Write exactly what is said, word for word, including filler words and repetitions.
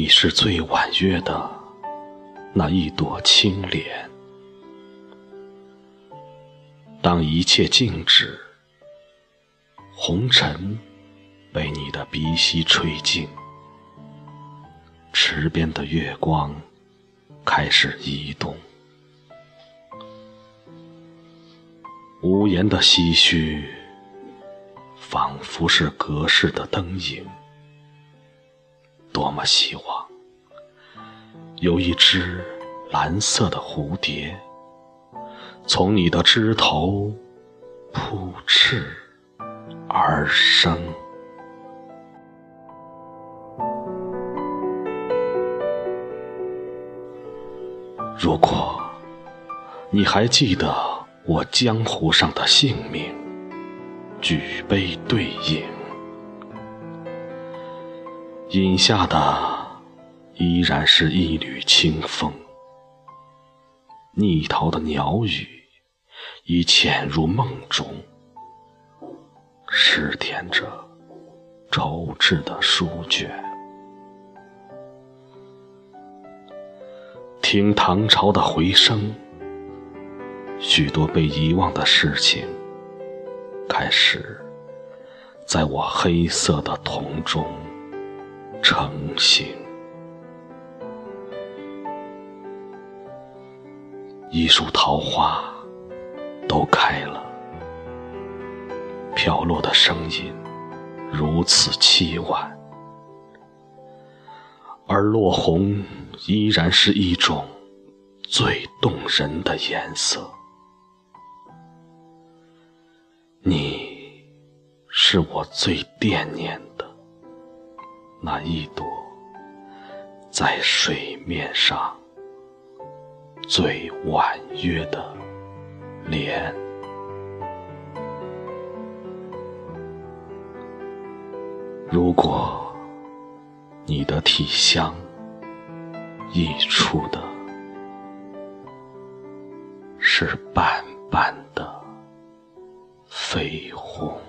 你是最婉约的那一朵青莲。当一切静止，红尘被你的鼻息吹尽，池边的月光开始移动，无言的唏嘘仿佛是隔世的灯影。多么希望有一只蓝色的蝴蝶从你的枝头扑翅而生。如果你还记得我江湖上的姓名，举杯对饮，饮下的依然是一缕清风，逆逃的鸟语已潜入梦中，湿填着愁挚的书卷。听唐朝的回声，许多被遗忘的事情开始在我黑色的瞳中成型。一树桃花都开了，飘落的声音如此凄婉，而落红依然是一种最动人的颜色。你是我最惦念的那一朵在水面上最婉约的莲。如果你的体香溢出的是淡淡的绯红，